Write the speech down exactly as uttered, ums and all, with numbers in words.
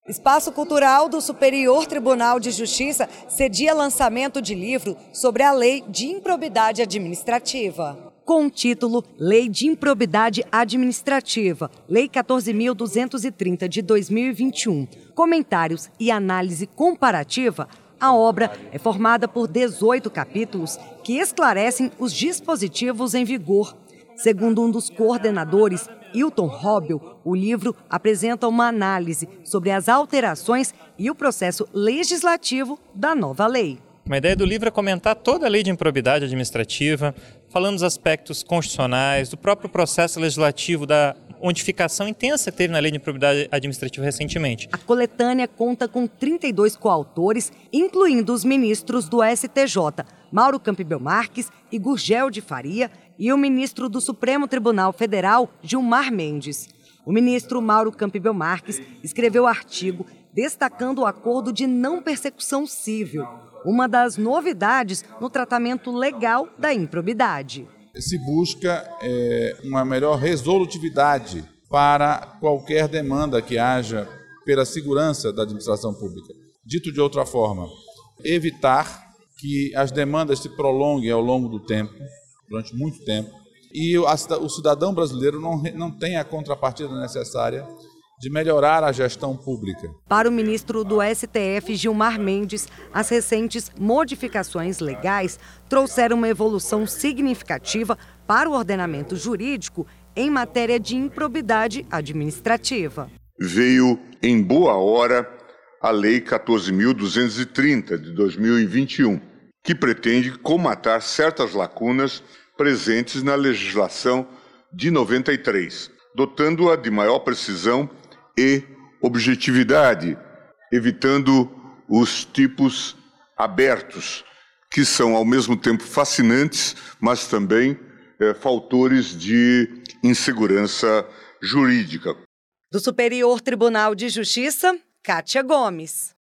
Espaço Cultural do Superior Tribunal de Justiça cedia lançamento de livro sobre a Lei de Improbidade Administrativa. Com o título Lei de Improbidade Administrativa, Lei quatorze mil duzentos e trinta de dois mil e vinte e um, comentários e análise comparativa, a obra é formada por dezoito capítulos que esclarecem os dispositivos em vigor. Segundo um dos coordenadores, Hilton Robbel, o livro apresenta uma análise sobre as alterações e o processo legislativo da nova lei. A ideia do livro é comentar toda a lei de improbidade administrativa, falando dos aspectos constitucionais, do próprio processo legislativo, da modificação intensa que teve na lei de improbidade administrativa recentemente. A coletânea conta com trinta e dois coautores, incluindo os ministros do S T J, Mauro Campbell Marques e Gurgel de Faria, e o ministro do Supremo Tribunal Federal, Gilmar Mendes. O ministro Mauro Campbell Marques escreveu artigo destacando o acordo de não persecução civil, uma das novidades no tratamento legal da improbidade. Se busca é, uma melhor resolutividade para qualquer demanda que haja pela segurança da administração pública. Dito de outra forma, evitar que as demandas se prolonguem ao longo do tempo, durante muito tempo, e o cidadão brasileiro não, não tem a contrapartida necessária de melhorar a gestão pública. Para o ministro do S T F, Gilmar Mendes, as recentes modificações legais trouxeram uma evolução significativa para o ordenamento jurídico em matéria de improbidade administrativa. Veio em boa hora a Lei quatorze mil duzentos e trinta de dois mil e vinte e um, que pretende comatar certas lacunas presentes na legislação de noventa e três, dotando-a de maior precisão e objetividade, evitando os tipos abertos, que são ao mesmo tempo fascinantes, mas também é, fautores de insegurança jurídica. Do Superior Tribunal de Justiça, Kátia Gomes.